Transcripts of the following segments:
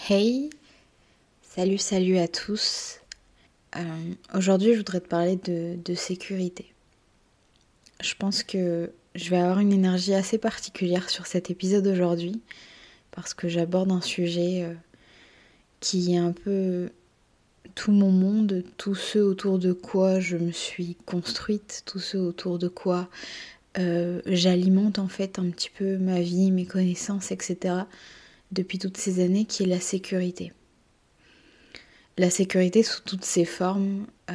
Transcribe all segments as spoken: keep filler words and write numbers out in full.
Hey, salut salut à tous. Euh, aujourd'hui je voudrais te parler de, de sécurité. Je pense que je vais avoir une énergie assez particulière sur cet épisode aujourd'hui parce que j'aborde un sujet euh, qui est un peu tout mon monde, tous ceux autour de quoi je me suis construite, tous ceux autour de quoi euh, j'alimente en fait un petit peu ma vie, mes connaissances, et cetera depuis toutes ces années, qui est la sécurité. La sécurité sous toutes ses formes. Euh,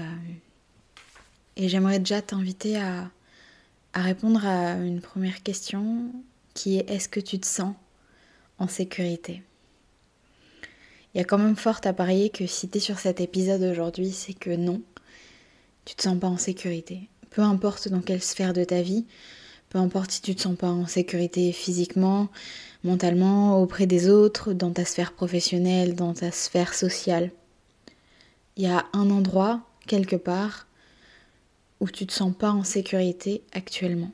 et j'aimerais déjà t'inviter à, à répondre à une première question qui est: est-ce que tu te sens en sécurité? Il y a quand même fort à parier que si tu es sur cet épisode aujourd'hui, c'est que non, tu te sens pas en sécurité. Peu importe dans quelle sphère de ta vie, peu importe si tu te sens pas en sécurité physiquement, mentalement, auprès des autres, dans ta sphère professionnelle, dans ta sphère sociale. Il y a un endroit, quelque part, où tu te sens pas en sécurité actuellement.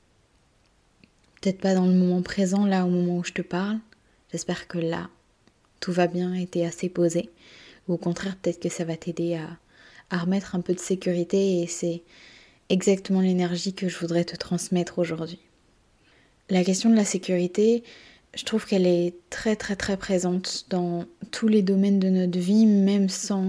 Peut-être pas dans le moment présent, là au moment où je te parle. J'espère que là, tout va bien et t'es assez posé. Ou au contraire, peut-être que ça va t'aider à, à remettre un peu de sécurité, et c'est exactement l'énergie que je voudrais te transmettre aujourd'hui. La question de la sécurité, je trouve qu'elle est très très très présente dans tous les domaines de notre vie, même sans,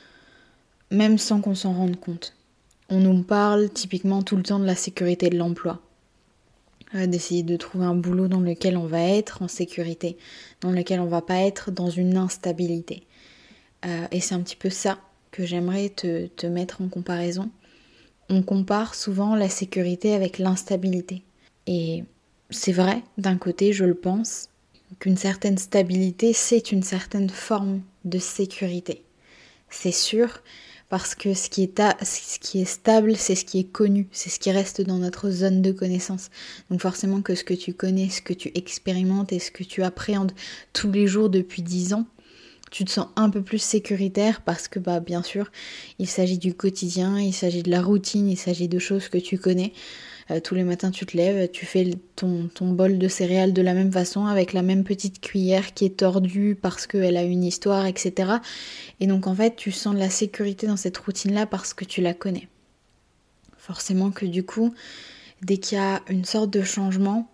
même sans qu'on s'en rende compte. On nous parle typiquement tout le temps de la sécurité de l'emploi. Euh, d'essayer de trouver un boulot dans lequel on va être en sécurité, dans lequel on va pas être dans une instabilité. Euh, et c'est un petit peu ça que j'aimerais te, te mettre en comparaison. On compare souvent la sécurité avec l'instabilité. Et c'est vrai, d'un côté, je le pense, qu'une certaine stabilité, c'est une certaine forme de sécurité. C'est sûr, parce que ce qui est, ta- ce qui est stable, c'est ce qui est connu, c'est ce qui reste dans notre zone de connaissance. Donc forcément que ce que tu connais, ce que tu expérimentes et ce que tu appréhendes tous les jours depuis dix ans, tu te sens un peu plus sécuritaire parce que bah bien sûr, il s'agit du quotidien, il s'agit de la routine, il s'agit de choses que tu connais. Euh, tous les matins tu te lèves, tu fais ton, ton bol de céréales de la même façon, avec la même petite cuillère qui est tordue parce qu'elle a une histoire, et cetera. Et donc en fait tu sens de la sécurité dans cette routine-là parce que tu la connais. Forcément que du coup, dès qu'il y a une sorte de changement,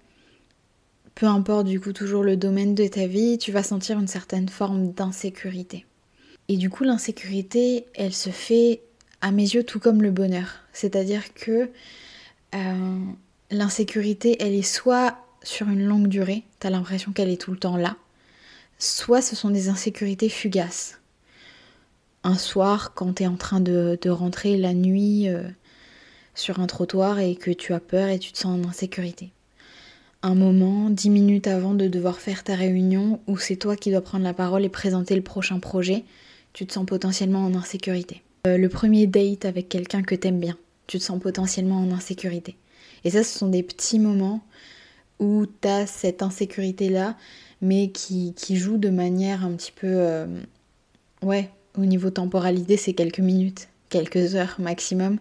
peu importe du coup toujours le domaine de ta vie, tu vas sentir une certaine forme d'insécurité. Et du coup l'insécurité, elle se fait à mes yeux tout comme le bonheur. C'est-à-dire que euh, l'insécurité, elle est soit sur une longue durée, t'as l'impression qu'elle est tout le temps là, soit ce sont des insécurités fugaces. Un soir, quand t'es en train de, de rentrer la nuit euh, sur un trottoir et que tu as peur et tu te sens en insécurité. Un moment, dix minutes avant de devoir faire ta réunion, où c'est toi qui dois prendre la parole et présenter le prochain projet, tu te sens potentiellement en insécurité. Euh, le premier date avec quelqu'un que t'aimes bien, tu te sens potentiellement en insécurité. Et ça, ce sont des petits moments où t'as cette insécurité-là, mais qui, qui joue de manière un petit peu... Euh, ouais, au niveau temporalité, c'est quelques minutes, quelques heures maximum.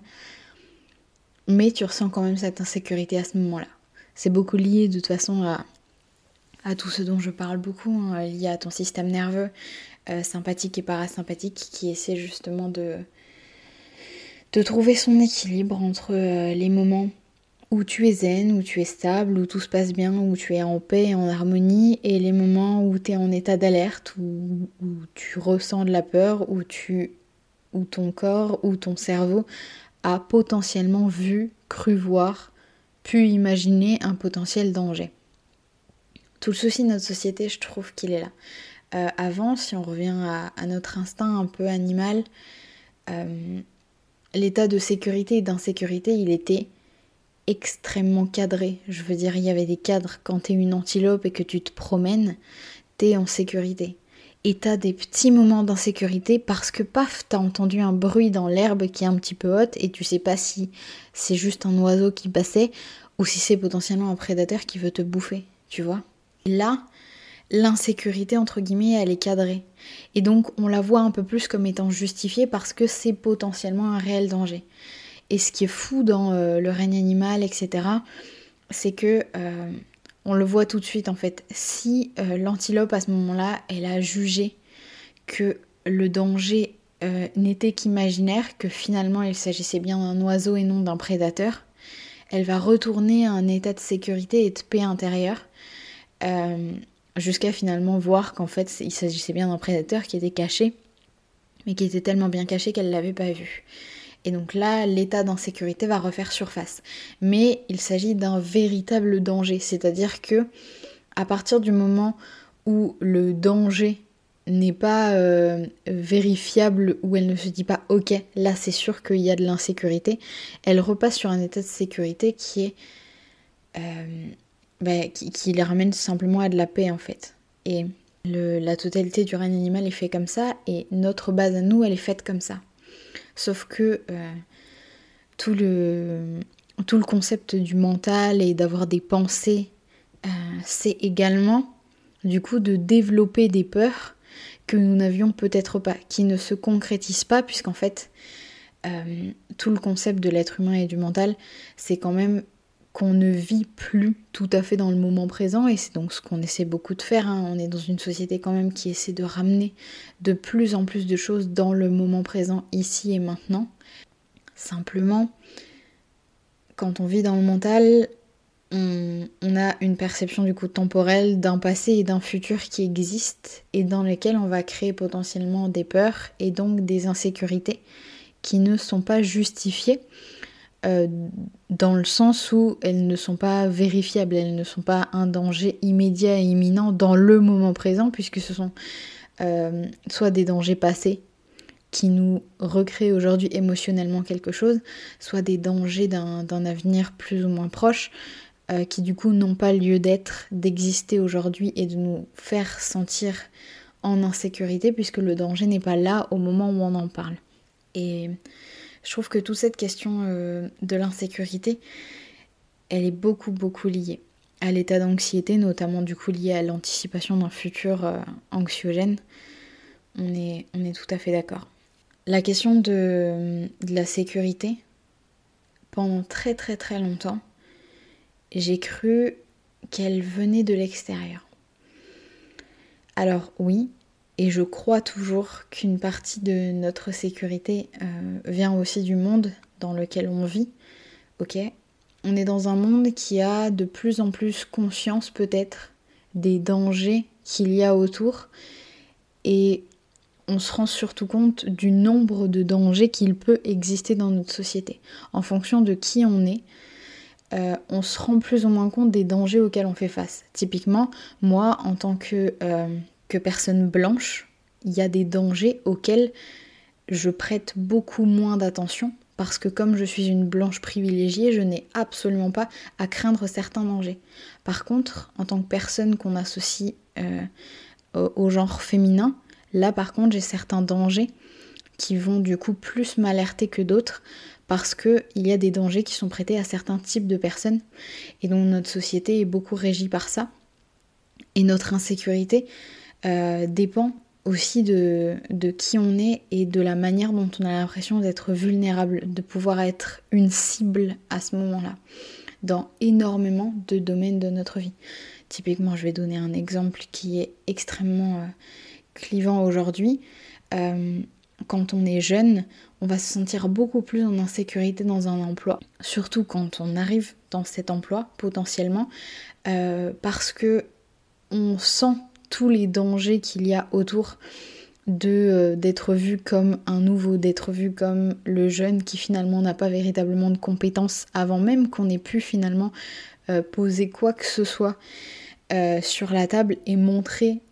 Mais tu ressens quand même cette insécurité à ce moment-là. C'est beaucoup lié de toute façon à, à tout ce dont je parle beaucoup, hein, lié à ton système nerveux euh, sympathique et parasympathique qui essaie justement de, de trouver son équilibre entre euh, les moments où tu es zen, où tu es stable, où tout se passe bien, où tu es en paix et en harmonie, et les moments où tu es en état d'alerte, où, où tu ressens de la peur, où, tu, où ton corps, où ton cerveau a potentiellement vu, cru voir, pu imaginer un potentiel danger. Tout le souci de notre société, je trouve qu'il est là. Euh, avant, si on revient à, à notre instinct un peu animal, euh, l'état de sécurité et d'insécurité, il était extrêmement cadré. Je veux dire, il y avait des cadres. Quand t'es une antilope et que tu te promènes, t'es en sécurité. Et t'as des petits moments d'insécurité parce que paf, t'as entendu un bruit dans l'herbe qui est un petit peu haute et tu sais pas si c'est juste un oiseau qui passait ou si c'est potentiellement un prédateur qui veut te bouffer, tu vois. Et là, l'insécurité, entre guillemets, elle est cadrée. Et donc, on la voit un peu plus comme étant justifiée parce que c'est potentiellement un réel danger. Et ce qui est fou dans euh, le règne animal, et cetera, c'est que euh, on le voit tout de suite en fait. Si euh, l'antilope à ce moment-là, elle a jugé que le danger euh, n'était qu'imaginaire, que finalement il s'agissait bien d'un oiseau et non d'un prédateur, elle va retourner à un état de sécurité et de paix intérieure, euh, jusqu'à finalement voir qu'en fait il s'agissait bien d'un prédateur qui était caché, mais qui était tellement bien caché qu'elle ne l'avait pas vu. Et donc là, l'état d'insécurité va refaire surface. Mais il s'agit d'un véritable danger, c'est-à-dire que à partir du moment où le danger n'est pas euh, vérifiable, où elle ne se dit pas ok, là c'est sûr qu'il y a de l'insécurité, elle repasse sur un état de sécurité qui est euh, bah, qui, qui les ramène simplement à de la paix en fait. Et le, la totalité du règne animal est fait comme ça, et notre base à nous elle est faite comme ça. Sauf que euh, tout, le, tout le concept du mental et d'avoir des pensées, euh, c'est également du coup de développer des peurs que nous n'avions peut-être pas, qui ne se concrétisent pas, puisqu'en fait euh, tout le concept de l'être humain et du mental, c'est quand même qu'on ne vit plus tout à fait dans le moment présent, et c'est donc ce qu'on essaie beaucoup de faire, hein. On est dans une société quand même qui essaie de ramener de plus en plus de choses dans le moment présent, ici et maintenant. Simplement, quand on vit dans le mental, on, on a une perception du coup temporelle d'un passé et d'un futur qui existent et dans lesquels on va créer potentiellement des peurs et donc des insécurités qui ne sont pas justifiées, Euh, dans le sens où elles ne sont pas vérifiables, elles ne sont pas un danger immédiat et imminent dans le moment présent, puisque ce sont euh, soit des dangers passés qui nous recréent aujourd'hui émotionnellement quelque chose, soit des dangers d'un, d'un avenir plus ou moins proche, euh, qui du coup n'ont pas lieu d'être, d'exister aujourd'hui et de nous faire sentir en insécurité, puisque le danger n'est pas là au moment où on en parle. Et je trouve que toute cette question euh, de l'insécurité, elle est beaucoup beaucoup liée à l'état d'anxiété, notamment du coup lié à l'anticipation d'un futur euh, anxiogène. On est, on est tout à fait d'accord. La question de, de la sécurité, pendant très très très longtemps, j'ai cru qu'elle venait de l'extérieur. Alors oui, et je crois toujours qu'une partie de notre sécurité euh, vient aussi du monde dans lequel on vit. Ok, on est dans un monde qui a de plus en plus conscience peut-être des dangers qu'il y a autour, et on se rend surtout compte du nombre de dangers qu'il peut exister dans notre société. En fonction de qui on est, euh, on se rend plus ou moins compte des dangers auxquels on fait face. Typiquement, moi, en tant que... Euh, que personne blanche, il y a des dangers auxquels je prête beaucoup moins d'attention, parce que comme je suis une blanche privilégiée, je n'ai absolument pas à craindre certains dangers. Par contre, en tant que personne qu'on associe euh, au, au genre féminin, là par contre j'ai certains dangers qui vont du coup plus m'alerter que d'autres, parce qu'il y a des dangers qui sont prêtés à certains types de personnes, et donc notre société est beaucoup régie par ça, et notre insécurité Euh, dépend aussi de, de qui on est et de la manière dont on a l'impression d'être vulnérable, de pouvoir être une cible à ce moment-là, dans énormément de domaines de notre vie. Typiquement, je vais donner un exemple qui est extrêmement euh, clivant aujourd'hui. Euh, quand on est jeune, on va se sentir beaucoup plus en insécurité dans un emploi, surtout quand on arrive dans cet emploi, potentiellement, euh, parce que on sent tous les dangers qu'il y a autour de, euh, d'être vu comme un nouveau, d'être vu comme le jeune qui finalement n'a pas véritablement de compétences avant même qu'on ait pu finalement euh, poser quoi que ce soit euh, sur la table et montrer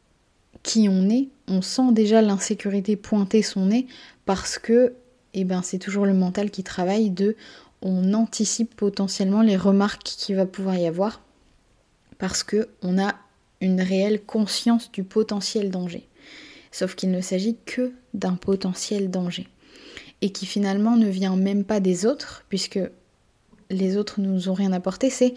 qui on est. On sent déjà l'insécurité pointer son nez, parce que eh ben, c'est toujours le mental qui travaille de on anticipe potentiellement les remarques qu'il va pouvoir y avoir, parce qu'on a une réelle conscience du potentiel danger. Sauf qu'il ne s'agit que d'un potentiel danger. Et qui finalement ne vient même pas des autres, puisque les autres ne nous ont rien apporté. C'est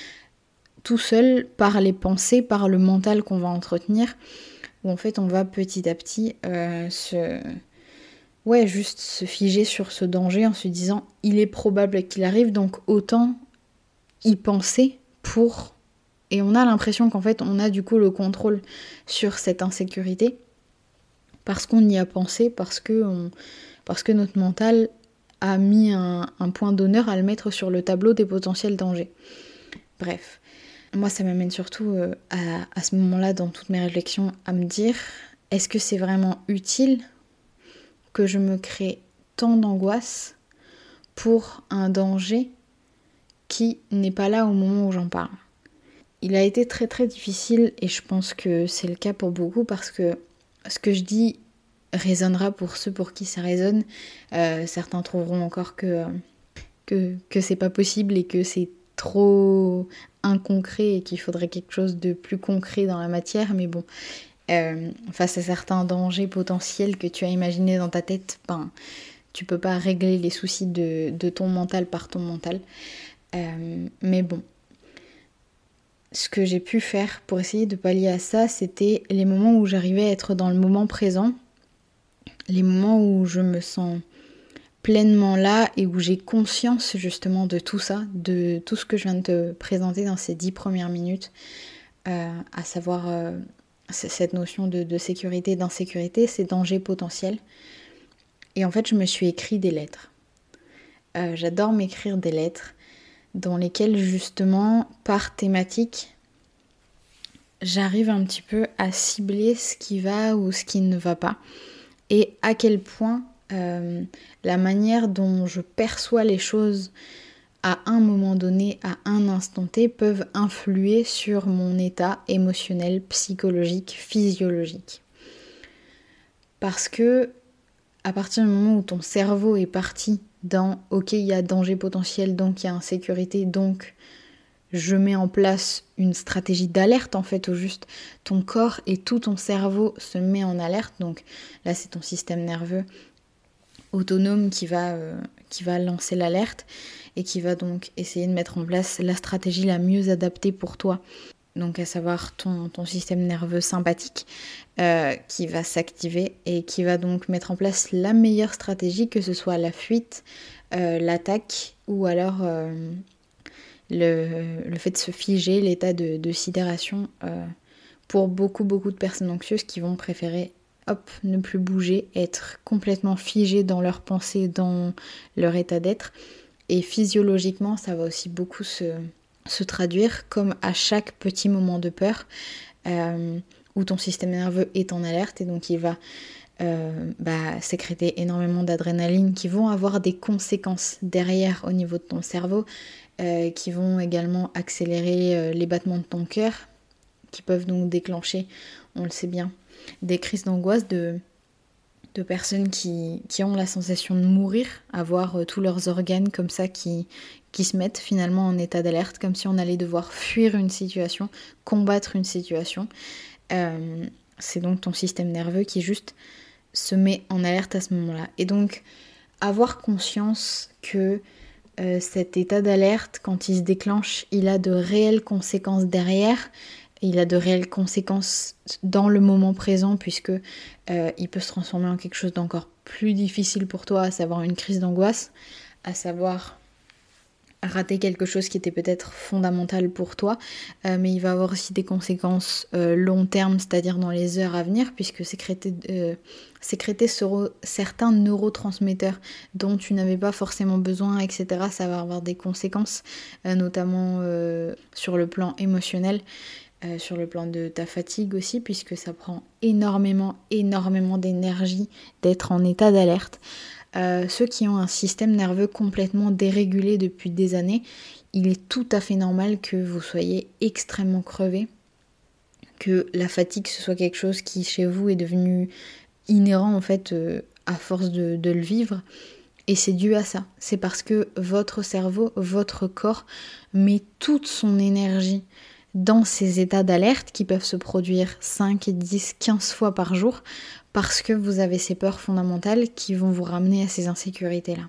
tout seul, par les pensées, par le mental qu'on va entretenir, où en fait on va petit à petit euh, se... Ouais, juste se figer sur ce danger en se disant il est probable qu'il arrive, donc autant y penser pour... Et on a l'impression qu'en fait, on a du coup le contrôle sur cette insécurité parce qu'on y a pensé, parce que, on, parce que notre mental a mis un, un point d'honneur à le mettre sur le tableau des potentiels dangers. Bref, moi ça m'amène surtout euh, à, à ce moment-là dans toutes mes réflexions à me dire, est-ce que c'est vraiment utile que je me crée tant d'angoisse pour un danger qui n'est pas là au moment où j'en parle. Il a été très très difficile et je pense que c'est le cas pour beaucoup parce que ce que je dis résonnera pour ceux pour qui ça résonne. Euh, certains trouveront encore que, que, que c'est pas possible et que c'est trop inconcret et qu'il faudrait quelque chose de plus concret dans la matière, mais bon, euh, face à certains dangers potentiels que tu as imaginés dans ta tête, ben, tu peux pas régler les soucis de, de ton mental par ton mental. Euh, mais bon, ce que j'ai pu faire pour essayer de pallier à ça, c'était les moments où j'arrivais à être dans le moment présent, les moments où je me sens pleinement là et où j'ai conscience justement de tout ça, de tout ce que je viens de te présenter dans ces dix premières minutes, euh, à savoir euh, cette notion de, de sécurité, d'insécurité, ces dangers potentiels. Et en fait, je me suis écrit des lettres. Euh, j'adore m'écrire des lettres dans lesquelles justement, par thématique, j'arrive un petit peu à cibler ce qui va ou ce qui ne va pas. Et à quel point euh, la manière dont je perçois les choses à un moment donné, à un instant T, peuvent influer sur mon état émotionnel, psychologique, physiologique. Parce que à partir du moment où ton cerveau est parti dans « ok, il y a danger potentiel, donc il y a insécurité, donc je mets en place une stratégie d'alerte » en fait, au juste ton corps et tout ton cerveau se met en alerte. Donc là, c'est ton système nerveux autonome qui va, euh, qui va lancer l'alerte et qui va donc essayer de mettre en place la stratégie la mieux adaptée pour toi. Donc à savoir ton, ton système nerveux sympathique euh, qui va s'activer et qui va donc mettre en place la meilleure stratégie, que ce soit la fuite, euh, l'attaque ou alors euh, le, le fait de se figer, l'état de, de sidération euh, pour beaucoup beaucoup de personnes anxieuses qui vont préférer hop, ne plus bouger, être complètement figées dans leurs pensées, dans leur état d'être. Et physiologiquement, ça va aussi beaucoup se... se traduire comme à chaque petit moment de peur euh, où ton système nerveux est en alerte et donc il va euh, bah, sécréter énormément d'adrénaline qui vont avoir des conséquences derrière au niveau de ton cerveau, euh, qui vont également accélérer euh, les battements de ton cœur, qui peuvent donc déclencher, on le sait bien, des crises d'angoisse de... de personnes qui, qui ont la sensation de mourir, avoir euh, tous leurs organes comme ça qui, qui se mettent finalement en état d'alerte, comme si on allait devoir fuir une situation, combattre une situation. Euh, c'est donc ton système nerveux qui juste se met en alerte à ce moment-là. Et donc, avoir conscience que euh, cet état d'alerte, quand il se déclenche, il a de réelles conséquences derrière. Il a de réelles conséquences dans le moment présent puisque euh, il peut se transformer en quelque chose d'encore plus difficile pour toi, à savoir une crise d'angoisse, à savoir rater quelque chose qui était peut-être fondamental pour toi, euh, mais il va avoir aussi des conséquences euh, long terme, c'est-à-dire dans les heures à venir, puisque sécréter, euh, sécréter sero- certains neurotransmetteurs dont tu n'avais pas forcément besoin, et cetera, ça va avoir des conséquences, euh, notamment euh, sur le plan émotionnel. Euh, sur le plan de ta fatigue aussi, puisque ça prend énormément, énormément d'énergie d'être en état d'alerte. Euh, ceux qui ont un système nerveux complètement dérégulé depuis des années, il est tout à fait normal que vous soyez extrêmement crevé, que la fatigue ce soit quelque chose qui chez vous est devenu inhérent en fait euh, à force de, de le vivre. Et c'est dû à ça. C'est parce que votre cerveau, votre corps met toute son énergie dans ces états d'alerte qui peuvent se produire cinq, dix, quinze fois par jour parce que vous avez ces peurs fondamentales qui vont vous ramener à ces insécurités-là.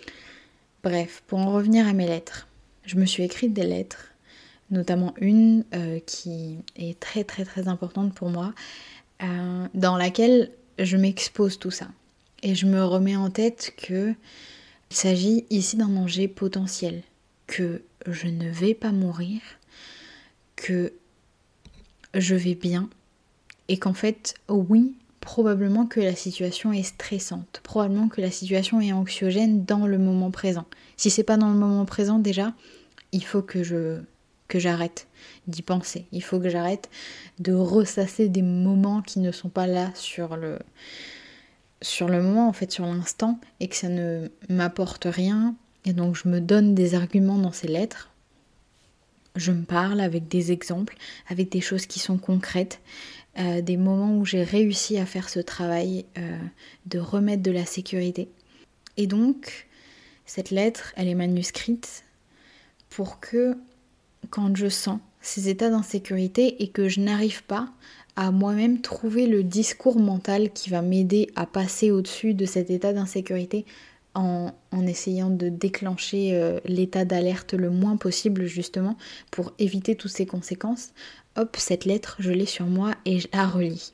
Bref, pour en revenir à mes lettres, je me suis écrite des lettres, notamment une euh, qui est très très très importante pour moi, euh, dans laquelle je m'expose tout ça. Et je me remets en tête qu'il s'agit ici d'un danger potentiel, que je ne vais pas mourir, que je vais bien et qu'en fait, oui, probablement que la situation est stressante, probablement que la situation est anxiogène dans le moment présent. Si c'est pas dans le moment présent déjà, il faut que je que j'arrête d'y penser. Il faut que j'arrête de ressasser des moments qui ne sont pas là sur le sur le moment, en fait, sur l'instant, et que ça ne m'apporte rien. Et donc je me donne des arguments dans ces lettres. Je me parle avec des exemples, avec des choses qui sont concrètes, euh, des moments où j'ai réussi à faire ce travail euh, de remettre de la sécurité. Et donc, cette lettre, elle est manuscrite pour que, quand je sens ces états d'insécurité et que je n'arrive pas à moi-même trouver le discours mental qui va m'aider à passer au-dessus de cet état d'insécurité en, en essayant de déclencher euh, l'état d'alerte le moins possible justement pour éviter toutes ces conséquences, hop, cette lettre, je l'ai sur moi et je la relis.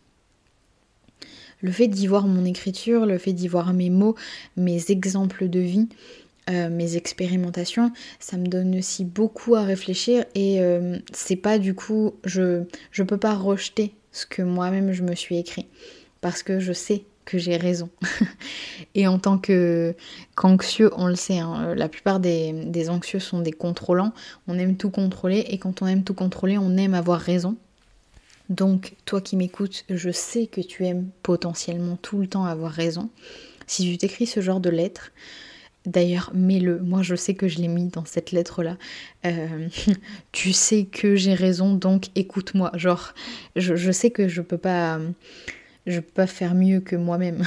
Le fait d'y voir mon écriture, le fait d'y voir mes mots, mes exemples de vie, Euh, mes expérimentations, ça me donne aussi beaucoup à réfléchir et euh, c'est pas du coup, je, je peux pas rejeter ce que moi-même je me suis écrit parce que je sais que j'ai raison. Et en tant que, qu'anxieux, on le sait, hein, la plupart des, des anxieux sont des contrôlants, on aime tout contrôler et quand on aime tout contrôler, on aime avoir raison. Donc toi qui m'écoutes, je sais que tu aimes potentiellement tout le temps avoir raison. Si tu t'écris ce genre de lettres, d'ailleurs, mets-le. Moi, je sais que je l'ai mis dans cette lettre-là. Euh, tu sais que j'ai raison, donc écoute-moi. Genre, je, je sais que je peux pas, je peux pas faire mieux que moi-même.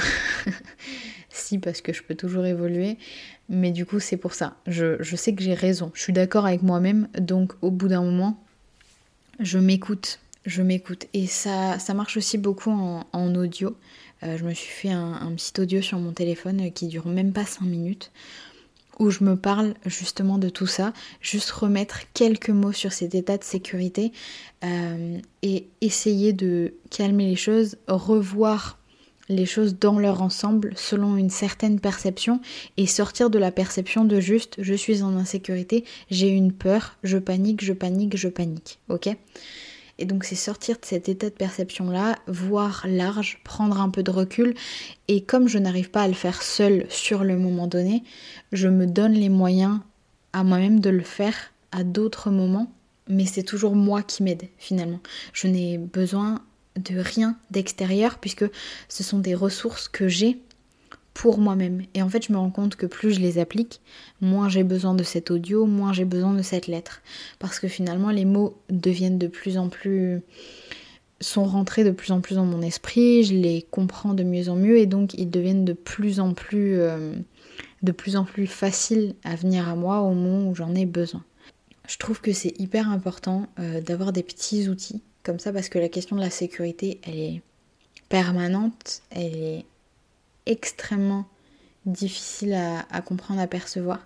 Si, parce que je peux toujours évoluer. Mais du coup, c'est pour ça. Je, je sais que j'ai raison. Je suis d'accord avec moi-même. Donc, au bout d'un moment, je m'écoute. Je m'écoute. Et ça, ça marche aussi beaucoup en, en audio. Euh, je me suis fait un, un petit audio sur mon téléphone qui dure même pas cinq minutes où je me parle justement de tout ça, juste remettre quelques mots sur cet état de sécurité euh, et essayer de calmer les choses, revoir les choses dans leur ensemble selon une certaine perception et sortir de la perception de juste je suis en insécurité, j'ai une peur, je panique, je panique, je panique, ok ? Et donc c'est sortir de cet état de perception-là, voir large, prendre un peu de recul. Et comme je n'arrive pas à le faire seule sur le moment donné, je me donne les moyens à moi-même de le faire à d'autres moments. Mais c'est toujours moi qui m'aide finalement. Je n'ai besoin de rien d'extérieur puisque ce sont des ressources que j'ai pour moi-même. Et en fait, je me rends compte que plus je les applique, moins j'ai besoin de cet audio, moins j'ai besoin de cette lettre. Parce que finalement, les mots deviennent de plus en plus... sont rentrés de plus en plus dans mon esprit, je les comprends de mieux en mieux et donc ils deviennent de plus en plus, euh, de plus en plus faciles à venir à moi au moment où j'en ai besoin. Je trouve que c'est hyper important euh, d'avoir des petits outils comme ça parce que la question de la sécurité, elle est permanente, elle est extrêmement difficile à, à comprendre, à percevoir.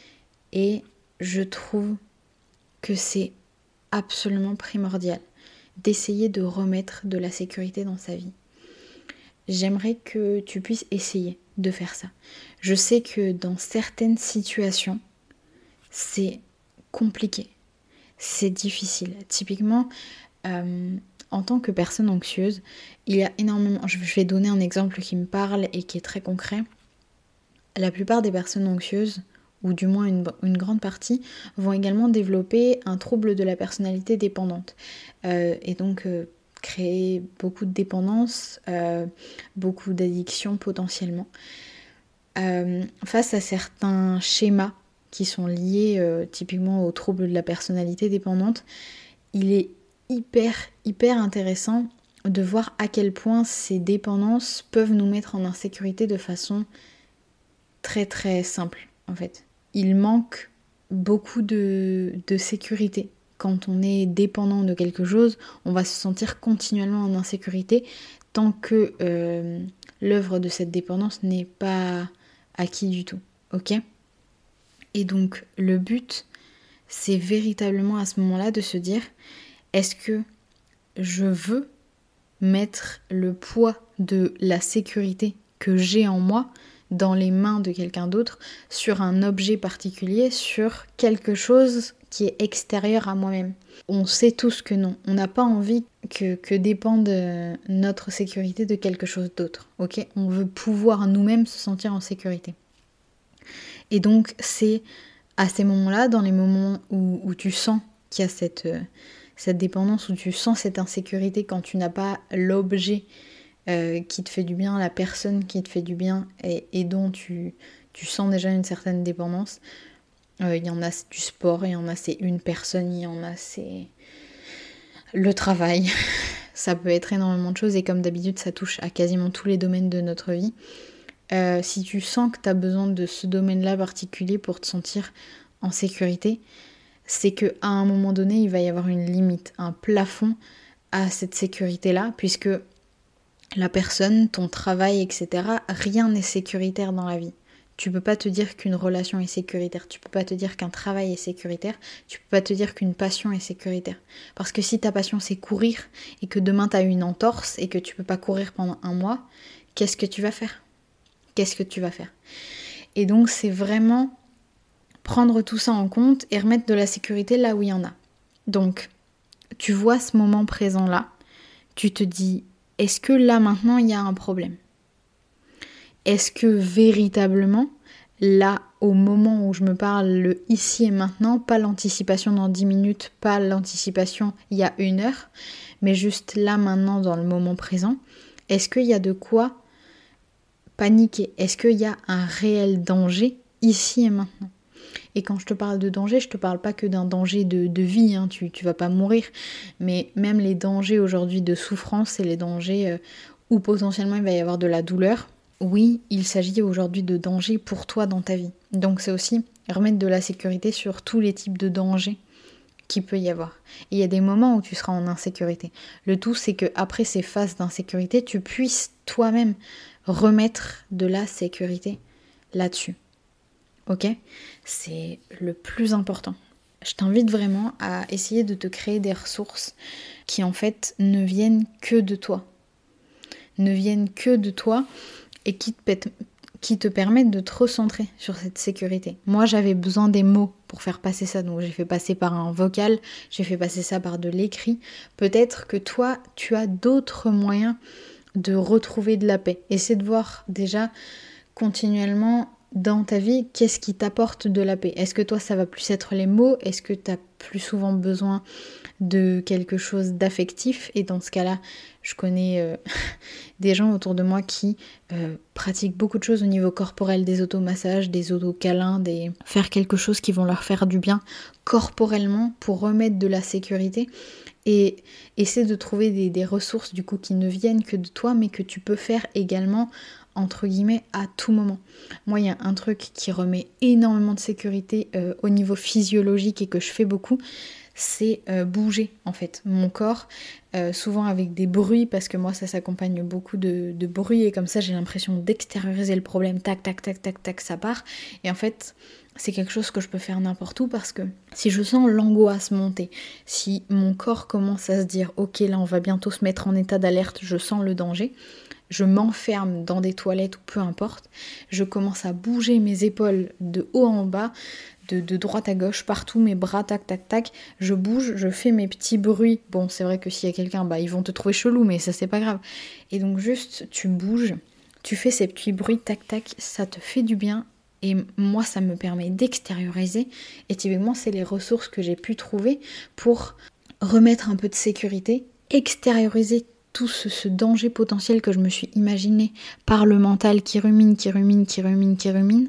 Et je trouve que c'est absolument primordial d'essayer de remettre de la sécurité dans sa vie. J'aimerais que tu puisses essayer de faire ça. Je sais que dans certaines situations, c'est compliqué, c'est difficile. Typiquement, euh, en tant que personne anxieuse, il y a énormément... Je vais donner un exemple qui me parle et qui est très concret. La plupart des personnes anxieuses, ou du moins une, une grande partie, vont également développer un trouble de la personnalité dépendante. Euh, et donc euh, créer beaucoup de dépendance, euh, beaucoup d'addictions potentiellement. Euh, face à certains schémas qui sont liés euh, typiquement au trouble de la personnalité dépendante, il est hyper, hyper intéressant de voir à quel point ces dépendances peuvent nous mettre en insécurité de façon très très simple en fait. Il manque beaucoup de, de sécurité. Quand on est dépendant de quelque chose, on va se sentir continuellement en insécurité tant que euh, l'œuvre de cette dépendance n'est pas acquise du tout. Ok ? Et donc le but, c'est véritablement à ce moment-là de se dire, est-ce que je veux mettre le poids de la sécurité que j'ai en moi dans les mains de quelqu'un d'autre, sur un objet particulier, sur quelque chose qui est extérieur à moi-même. On sait tous que non. On n'a pas envie que, que dépende notre sécurité de quelque chose d'autre. Ok ? On veut pouvoir nous-mêmes se sentir en sécurité. Et donc, c'est à ces moments-là, dans les moments où, où tu sens qu'il y a cette, euh, cette dépendance, où tu sens cette insécurité quand tu n'as pas l'objet euh, qui te fait du bien, la personne qui te fait du bien et, et dont tu, tu sens déjà une certaine dépendance. Euh, il y en a, c'est du sport, il y en a, c'est une personne, il y en a, c'est le travail. Ça peut être énormément de choses et comme d'habitude, ça touche à quasiment tous les domaines de notre vie. Euh, si tu sens que tu as besoin de ce domaine-là particulier pour te sentir en sécurité, c'est qu'à un moment donné, il va y avoir une limite, un plafond à cette sécurité-là, puisque la personne, ton travail, et cetera, rien n'est sécuritaire dans la vie. Tu peux pas te dire qu'une relation est sécuritaire, tu peux pas te dire qu'un travail est sécuritaire, tu peux pas te dire qu'une passion est sécuritaire. Parce que si ta passion c'est courir et que demain tu as une entorse et que tu peux pas courir pendant un mois, qu'est-ce que tu vas faire ? Qu'est-ce que tu vas faire ? Et donc c'est vraiment prendre tout ça en compte et remettre de la sécurité là où il y en a. Donc tu vois ce moment présent là, tu te dis, est-ce que là maintenant il y a un problème ? Est-ce que véritablement, là, au moment où je me parle, le ici et maintenant, pas l'anticipation dans dix minutes, pas l'anticipation il y a une heure, mais juste là, maintenant, dans le moment présent, est-ce qu'il y a de quoi paniquer ? Est-ce qu'il y a un réel danger ici et maintenant ? Et quand je te parle de danger, je te parle pas que d'un danger de, de vie, hein, tu, tu vas pas mourir, mais même les dangers aujourd'hui de souffrance et les dangers euh, où potentiellement il va y avoir de la douleur. Oui, il s'agit aujourd'hui de dangers pour toi dans ta vie. Donc c'est aussi remettre de la sécurité sur tous les types de dangers qu'il peut y avoir. Et il y a des moments où tu seras en insécurité. Le tout, c'est qu'après ces phases d'insécurité, tu puisses toi-même remettre de la sécurité là-dessus. Ok ? C'est le plus important. Je t'invite vraiment à essayer de te créer des ressources qui en fait ne viennent que de toi. Ne viennent que de toi et qui te, pète, qui te permettent de te recentrer sur cette sécurité. Moi, j'avais besoin des mots pour faire passer ça, donc j'ai fait passer par un vocal, j'ai fait passer ça par de l'écrit. Peut-être que toi, tu as d'autres moyens de retrouver de la paix. Essaie de voir déjà continuellement dans ta vie, qu'est-ce qui t'apporte de la paix ? Est-ce que toi, ça va plus être les mots ? Est-ce que tu as plus souvent besoin de quelque chose d'affectif ? Et dans ce cas-là, je connais euh, des gens autour de moi qui euh, pratiquent beaucoup de choses au niveau corporel, des automassages, des autocâlins, des... faire quelque chose qui vont leur faire du bien corporellement pour remettre de la sécurité. Et essaie de trouver des, des ressources du coup qui ne viennent que de toi, mais que tu peux faire également entre guillemets à tout moment. Moi, il y a un truc qui remet énormément de sécurité euh, au niveau physiologique et que je fais beaucoup, c'est euh, bouger en fait mon corps, euh, souvent avec des bruits, parce que moi ça s'accompagne beaucoup de, de bruit et comme ça j'ai l'impression d'extérioriser le problème, tac tac tac tac tac, ça part. Et en fait c'est quelque chose que je peux faire n'importe où, parce que si je sens l'angoisse monter, si mon corps commence à se dire ok là on va bientôt se mettre en état d'alerte, je sens le danger, je m'enferme dans des toilettes ou peu importe, je commence à bouger mes épaules de haut en bas, de, de droite à gauche, partout, mes bras, tac, tac, tac, je bouge, je fais mes petits bruits. Bon, c'est vrai que s'il y a quelqu'un, bah, ils vont te trouver chelou, mais ça, c'est pas grave. Et donc, juste, tu bouges, tu fais ces petits bruits, tac, tac, ça te fait du bien. Et moi, ça me permet d'extérioriser. Et typiquement, c'est les ressources que j'ai pu trouver pour remettre un peu de sécurité, extérioriser tout ce, ce danger potentiel que je me suis imaginé par le mental qui rumine, qui rumine, qui rumine, qui rumine,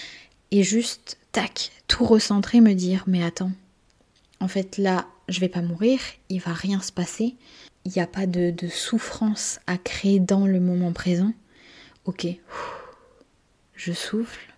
et juste, tac, tout recentrer, me dire, mais attends, en fait là, je vais pas mourir, il va rien se passer, il n'y a pas de, de souffrance à créer dans le moment présent, ok, je souffle,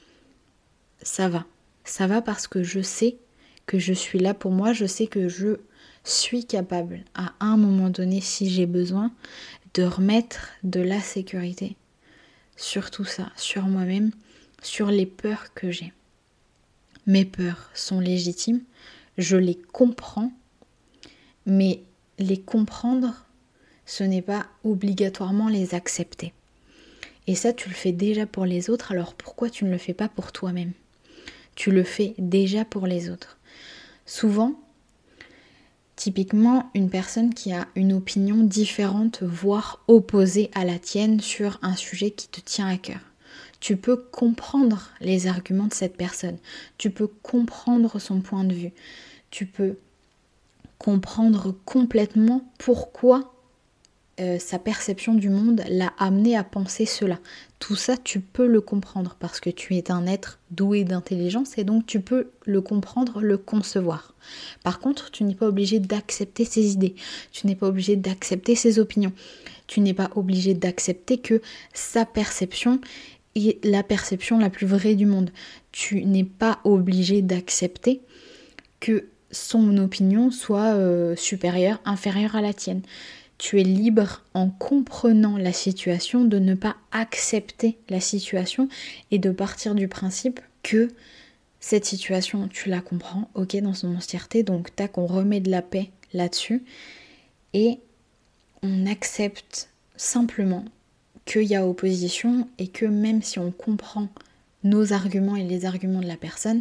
ça va, ça va parce que je sais que je suis là pour moi, je sais que je suis capable à un moment donné, si j'ai besoin, de remettre de la sécurité sur tout ça, sur moi-même, sur les peurs que j'ai. Mes peurs sont légitimes, je les comprends, mais les comprendre, ce n'est pas obligatoirement les accepter. Et ça, tu le fais déjà pour les autres, alors pourquoi tu ne le fais pas pour toi-même ? Tu le fais déjà pour les autres. Souvent, typiquement, une personne qui a une opinion différente, voire opposée à la tienne sur un sujet qui te tient à cœur. Tu peux comprendre les arguments de cette personne. Tu peux comprendre son point de vue. Tu peux comprendre complètement pourquoi euh, sa perception du monde l'a amené à penser cela. Tout ça, tu peux le comprendre parce que tu es un être doué d'intelligence et donc tu peux le comprendre, le concevoir. Par contre, tu n'es pas obligé d'accepter ses idées. Tu n'es pas obligé d'accepter ses opinions. Tu n'es pas obligé d'accepter que sa perception est la perception la plus vraie du monde. Tu n'es pas obligé d'accepter que son opinion soit euh, supérieure, inférieure à la tienne. Tu es libre, en comprenant la situation, de ne pas accepter la situation et de partir du principe que cette situation, tu la comprends, ok, dans son entièreté, donc tac, on remet de la paix là-dessus et on accepte simplement qu'il y a opposition et que même si on comprend nos arguments et les arguments de la personne,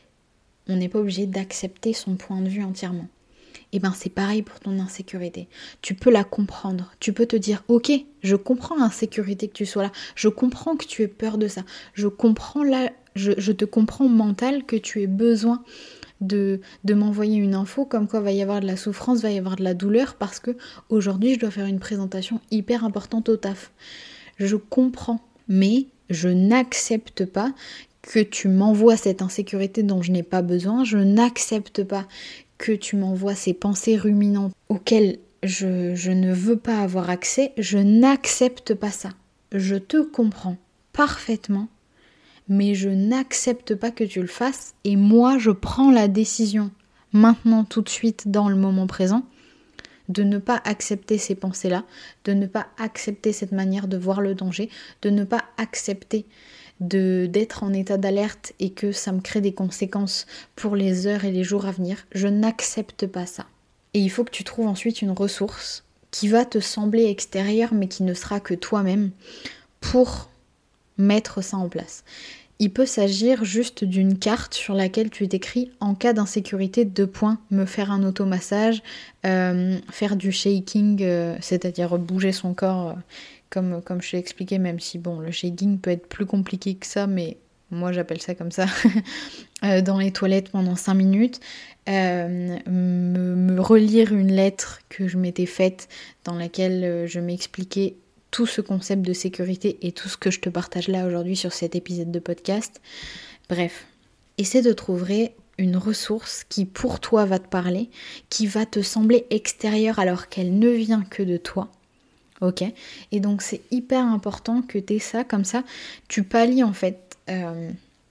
on n'est pas obligé d'accepter son point de vue entièrement. Et ben c'est pareil pour ton insécurité. Tu peux la comprendre. Tu peux te dire, ok, je comprends l'insécurité que tu sois là. Je comprends que tu aies peur de ça. Je comprends là, je, je te comprends mental que tu aies besoin de, de m'envoyer une info comme quoi va y avoir de la souffrance, va y avoir de la douleur parce que aujourd'hui je dois faire une présentation hyper importante au taf. Je comprends, mais je n'accepte pas que tu m'envoies cette insécurité dont je n'ai pas besoin. Je n'accepte pas que tu m'envoies ces pensées ruminantes auxquelles je, je ne veux pas avoir accès, je n'accepte pas ça. Je te comprends parfaitement, mais je n'accepte pas que tu le fasses et moi je prends la décision maintenant tout de suite dans le moment présent de ne pas accepter ces pensées-là, de ne pas accepter cette manière de voir le danger, de ne pas accepter de d'être en état d'alerte et que ça me crée des conséquences pour les heures et les jours à venir. Je n'accepte pas ça. Et il faut que tu trouves ensuite une ressource qui va te sembler extérieure mais qui ne sera que toi-même pour mettre ça en place. Il peut s'agir juste d'une carte sur laquelle tu t'écris en cas d'insécurité, deux points, me faire un automassage, euh, faire du shaking, euh, c'est-à-dire bouger son corps euh, Comme, comme je t'ai expliqué, même si bon, le shaking peut être plus compliqué que ça, mais moi j'appelle ça comme ça, euh, dans les toilettes pendant cinq minutes, euh, me, me relire une lettre que je m'étais faite dans laquelle je m'expliquais tout ce concept de sécurité et tout ce que je te partage là aujourd'hui sur cet épisode de podcast. Bref, essaie de trouver une ressource qui pour toi va te parler, qui va te sembler extérieure alors qu'elle ne vient que de toi. Ok, et donc c'est hyper important que tu aies ça, comme ça tu pallies en fait euh,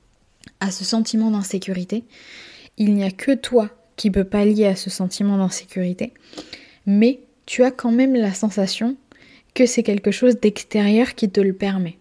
à ce sentiment d'insécurité. Il n'y a que toi qui peux pallier à ce sentiment d'insécurité, mais tu as quand même la sensation que c'est quelque chose d'extérieur qui te le permet.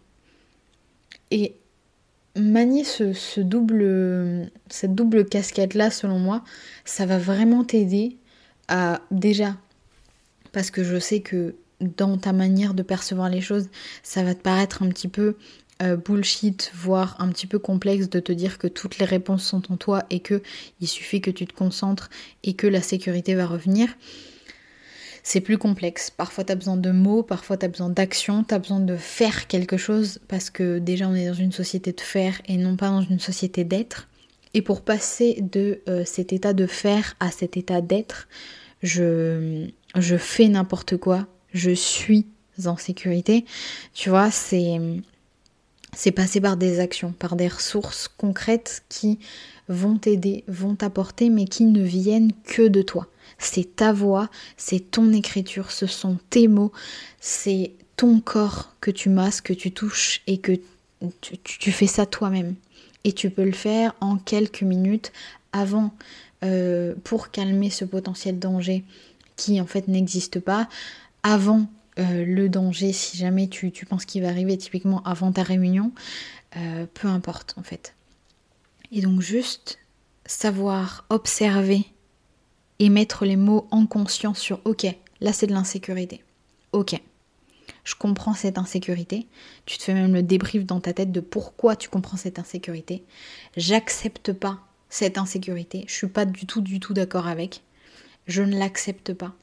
Et manier ce, ce double, cette double casquette-là, selon moi, ça va vraiment t'aider à, déjà, parce que je sais que dans ta manière de percevoir les choses, ça va te paraître un petit peu euh, bullshit, voire un petit peu complexe de te dire que toutes les réponses sont en toi et que il suffit que tu te concentres et que la sécurité va revenir. C'est plus complexe. Parfois t'as besoin de mots, parfois t'as besoin d'action, t'as besoin de faire quelque chose parce que déjà on est dans une société de faire et non pas dans une société d'être. Et pour passer de euh, cet état de faire à cet état d'être, je, je fais n'importe quoi. Je suis en sécurité, tu vois, c'est, c'est passer par des actions, par des ressources concrètes qui vont t'aider, vont t'apporter, mais qui ne viennent que de toi. C'est ta voix, c'est ton écriture, ce sont tes mots, c'est ton corps que tu masses, que tu touches et que tu, tu fais ça toi-même. Et tu peux le faire en quelques minutes avant, euh, pour calmer ce potentiel danger qui en fait n'existe pas, avant euh, le danger, si jamais tu, tu penses qu'il va arriver, typiquement avant ta réunion, euh, peu importe en fait. Et donc juste savoir observer et mettre les mots en conscience sur ok, là c'est de l'insécurité, ok, je comprends cette insécurité. Tu te fais même le débrief dans ta tête de pourquoi tu comprends cette insécurité. J'accepte pas cette insécurité. Je suis pas du tout, du tout d'accord avec. Je ne l'accepte pas.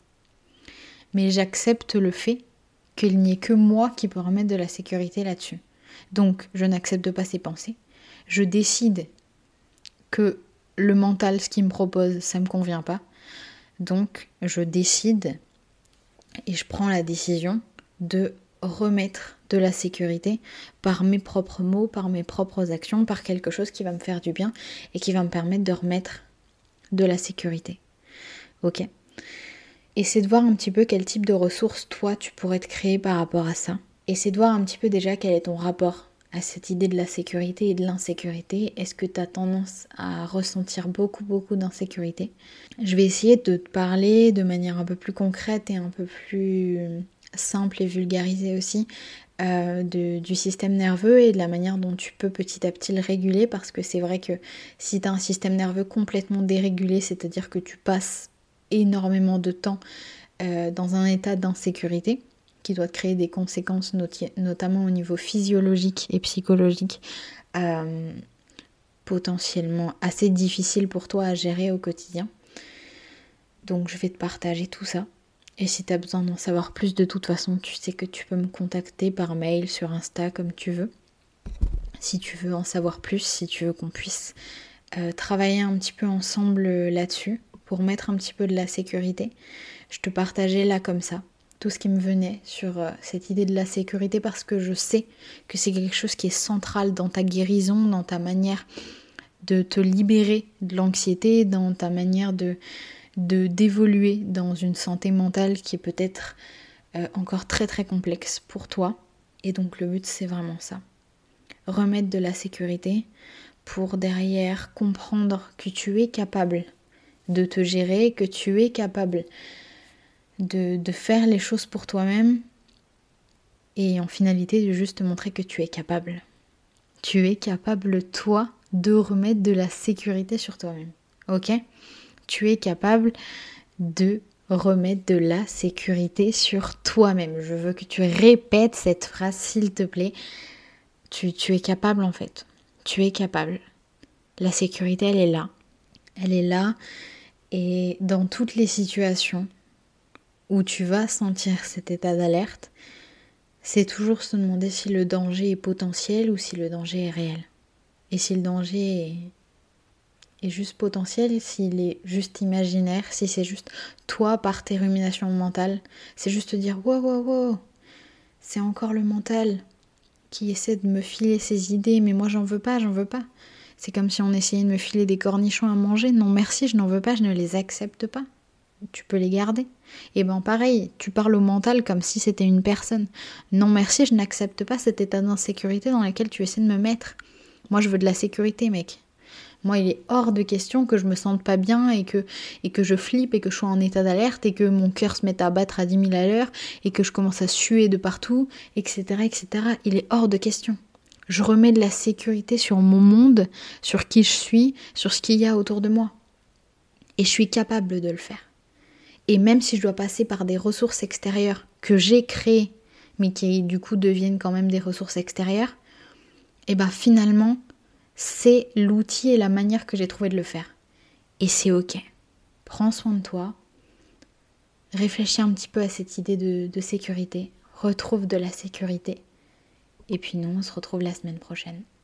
Mais j'accepte le fait qu'il n'y ait que moi qui peux remettre de la sécurité là-dessus. Donc, je n'accepte pas ces pensées. Je décide que le mental, ce qu'il me propose, ça ne me convient pas. Donc, je décide et je prends la décision de remettre de la sécurité par mes propres mots, par mes propres actions, par quelque chose qui va me faire du bien et qui va me permettre de remettre de la sécurité. Ok ? Essaie de voir un petit peu quel type de ressources toi tu pourrais te créer par rapport à ça. Essaie de voir un petit peu déjà quel est ton rapport à cette idée de la sécurité et de l'insécurité. Est-ce que tu as tendance à ressentir beaucoup beaucoup d'insécurité ? Je vais essayer de te parler de manière un peu plus concrète et un peu plus simple et vulgarisée aussi euh, de, du système nerveux et de la manière dont tu peux petit à petit le réguler, parce que c'est vrai que si tu as un système nerveux complètement dérégulé, c'est-à-dire que tu passes énormément de temps euh, dans un état d'insécurité qui doit te créer des conséquences noti- notamment au niveau physiologique et psychologique euh, potentiellement assez difficiles pour toi à gérer au quotidien. Donc je vais te partager tout ça. Et si tu as besoin d'en savoir plus, de toute façon, tu sais que tu peux me contacter par mail, sur Insta, comme tu veux. Si tu veux en savoir plus, si tu veux qu'on puisse euh, travailler un petit peu ensemble euh, là-dessus, pour mettre un petit peu de la sécurité, je te partageais là comme ça tout ce qui me venait sur euh, cette idée de la sécurité, parce que je sais que c'est quelque chose qui est central dans ta guérison, dans ta manière de te libérer de l'anxiété, dans ta manière de, de d'évoluer dans une santé mentale qui est peut-être euh, encore très très complexe pour toi. Et donc le but, c'est vraiment ça. Remettre de la sécurité pour derrière comprendre que tu es capable de te gérer, que tu es capable de, de faire les choses pour toi-même, et en finalité de juste te montrer que tu es capable. Tu es capable, toi, de remettre de la sécurité sur toi-même. Ok ? Tu es capable de remettre de la sécurité sur toi-même. Je veux que tu répètes cette phrase, s'il te plaît. Tu, tu es capable, en fait. Tu es capable. La sécurité, elle est là. Elle est là. Et dans toutes les situations où tu vas sentir cet état d'alerte, c'est toujours se demander si le danger est potentiel ou si le danger est réel. Et si le danger est, est juste potentiel, s'il est juste imaginaire, si c'est juste toi par tes ruminations mentales, c'est juste te dire wow, wow, wow, c'est encore le mental qui essaie de me filer ses idées, mais moi j'en veux pas, j'en veux pas. C'est comme si on essayait de me filer des cornichons à manger. Non merci, je n'en veux pas, je ne les accepte pas. Tu peux les garder. Et ben pareil, tu parles au mental comme si c'était une personne. Non merci, je n'accepte pas cet état d'insécurité dans lequel tu essaies de me mettre. Moi je veux de la sécurité, mec. Moi il est hors de question que je me sente pas bien et que, et que je flippe et que je sois en état d'alerte et que mon cœur se mette à battre à dix mille à l'heure et que je commence à suer de partout, et cetera, et cetera. Il est hors de question. Je remets de la sécurité sur mon monde, sur qui je suis, sur ce qu'il y a autour de moi. Et je suis capable de le faire. Et même si je dois passer par des ressources extérieures que j'ai créées, mais qui du coup deviennent quand même des ressources extérieures, et bien finalement, c'est l'outil et la manière que j'ai trouvé de le faire. Et c'est ok. Prends soin de toi. Réfléchis un petit peu à cette idée de, de sécurité. Retrouve de la sécurité. Et puis nous, on se retrouve la semaine prochaine.